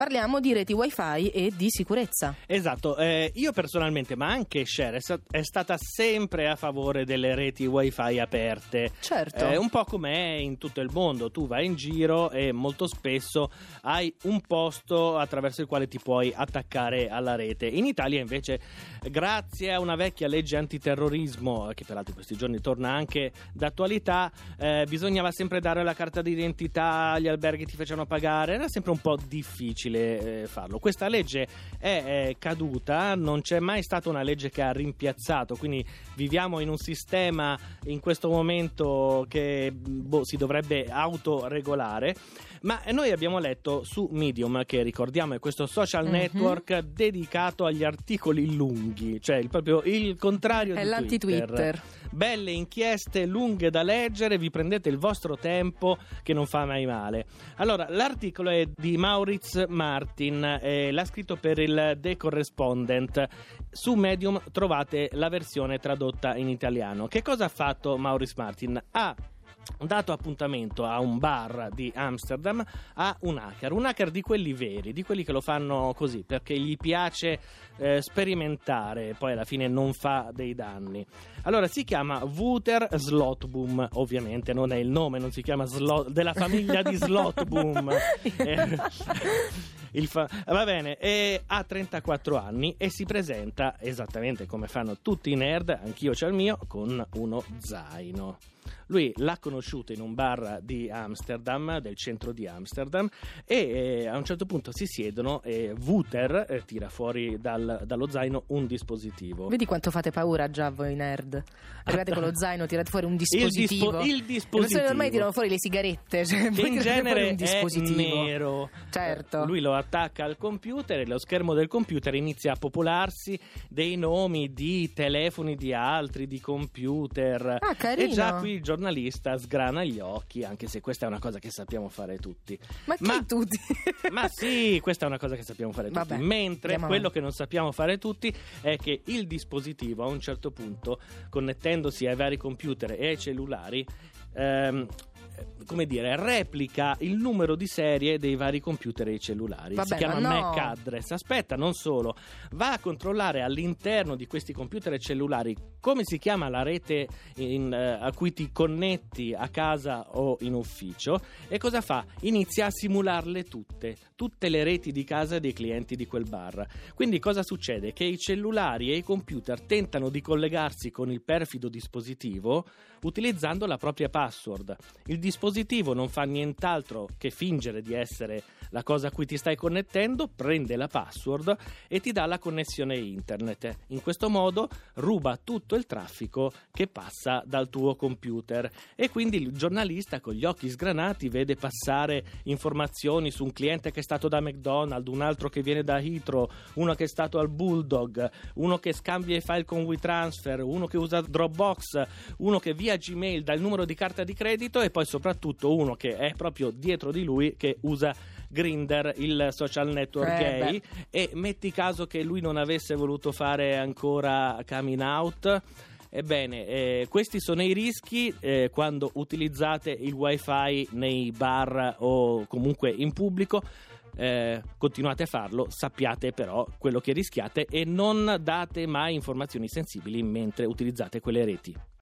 Parliamo di reti wifi e di sicurezza. Esatto, io personalmente, ma anche Cher, è stata sempre a favore delle reti wifi aperte. Certo. Un po' com'è in tutto il mondo, tu vai in giro e molto spesso hai un posto attraverso il quale ti puoi attaccare alla rete. In Italia invece, grazie a una vecchia legge antiterrorismo, che peraltro in questi giorni torna anche d'attualità, bisognava sempre dare la carta d'identità, gli alberghi ti facevano pagare, era sempre un po' difficile farlo. Questa legge è caduta, non c'è mai stata una legge che ha rimpiazzato, quindi viviamo in un sistema in questo momento che si dovrebbe autoregolare. Ma noi abbiamo letto su Medium, che ricordiamo è questo social network dedicato agli articoli lunghi, cioè proprio il contrario è di l'anti-Twitter. Belle inchieste lunghe da leggere, vi prendete il vostro tempo che non fa mai male. Allora, l'articolo è di Maurits Martin, l'ha scritto per il The Correspondent. Su Medium trovate la versione tradotta in italiano. Che cosa ha fatto Maurits Martin? Ha dato appuntamento a un bar di Amsterdam a un hacker di quelli veri, di quelli che lo fanno così perché gli piace sperimentare, poi alla fine non fa dei danni. Allora si chiama Wouter Slotboom, ovviamente non è il nome, non si chiama della famiglia di Slotboom. Va bene, ha 34 anni e si presenta esattamente come fanno tutti i nerd, anch'io c'ho il mio, con uno zaino. Lui l'ha conosciuto in un bar di Amsterdam, del centro di Amsterdam, e a un certo punto si siedono e Wouter tira fuori dallo zaino un dispositivo. Vedi quanto fate paura già voi nerd. Arrivate con lo zaino, tirate fuori un dispositivo. Il dispositivo. Ormai tirano fuori le sigarette, cioè, che in genere un dispositivo. È nero. Certo. Lui lo attacca al computer e lo schermo del computer inizia a popolarsi dei nomi di telefoni di altri, di computer. Ah, carino. E già qui il giornalista sgrana gli occhi, anche se questa è una cosa che sappiamo fare tutti. Ma tutti? Ma sì, questa è una cosa che sappiamo fare tutti. Vabbè, mentre quello che non sappiamo fare tutti è che il dispositivo a un certo punto, connettendosi ai vari computer e ai cellulari, come dire, replica il numero di serie dei vari computer e i cellulari. Vabbè, si chiama no. MAC address. Aspetta, non solo, va a controllare all'interno di questi computer e cellulari come si chiama la rete a cui ti connetti a casa o in ufficio, e cosa fa? Inizia a simularle tutte le reti di casa dei clienti di quel bar. Quindi cosa succede? Che i cellulari e i computer tentano di collegarsi con il perfido dispositivo utilizzando la propria password. Il dispositivo non fa nient'altro che fingere di essere la cosa a cui ti stai connettendo, prende la password e ti dà la connessione internet. In questo modo ruba tutto il traffico che passa dal tuo computer, e quindi il giornalista con gli occhi sgranati vede passare informazioni su un cliente che è stato da McDonald's, un altro che viene da Heathrow, uno che è stato al Bulldog, uno che scambia i file con WeTransfer, uno che usa Dropbox, uno che via Gmail dà il numero di carta di credito, e poi soprattutto uno che è proprio dietro di lui che usa Grindr, il social network gay. E metti caso che lui non avesse voluto fare ancora coming out. Ebbene, questi sono i rischi quando utilizzate il wifi nei bar o comunque in pubblico. Continuate a farlo, sappiate però quello che rischiate e non date mai informazioni sensibili mentre utilizzate quelle reti.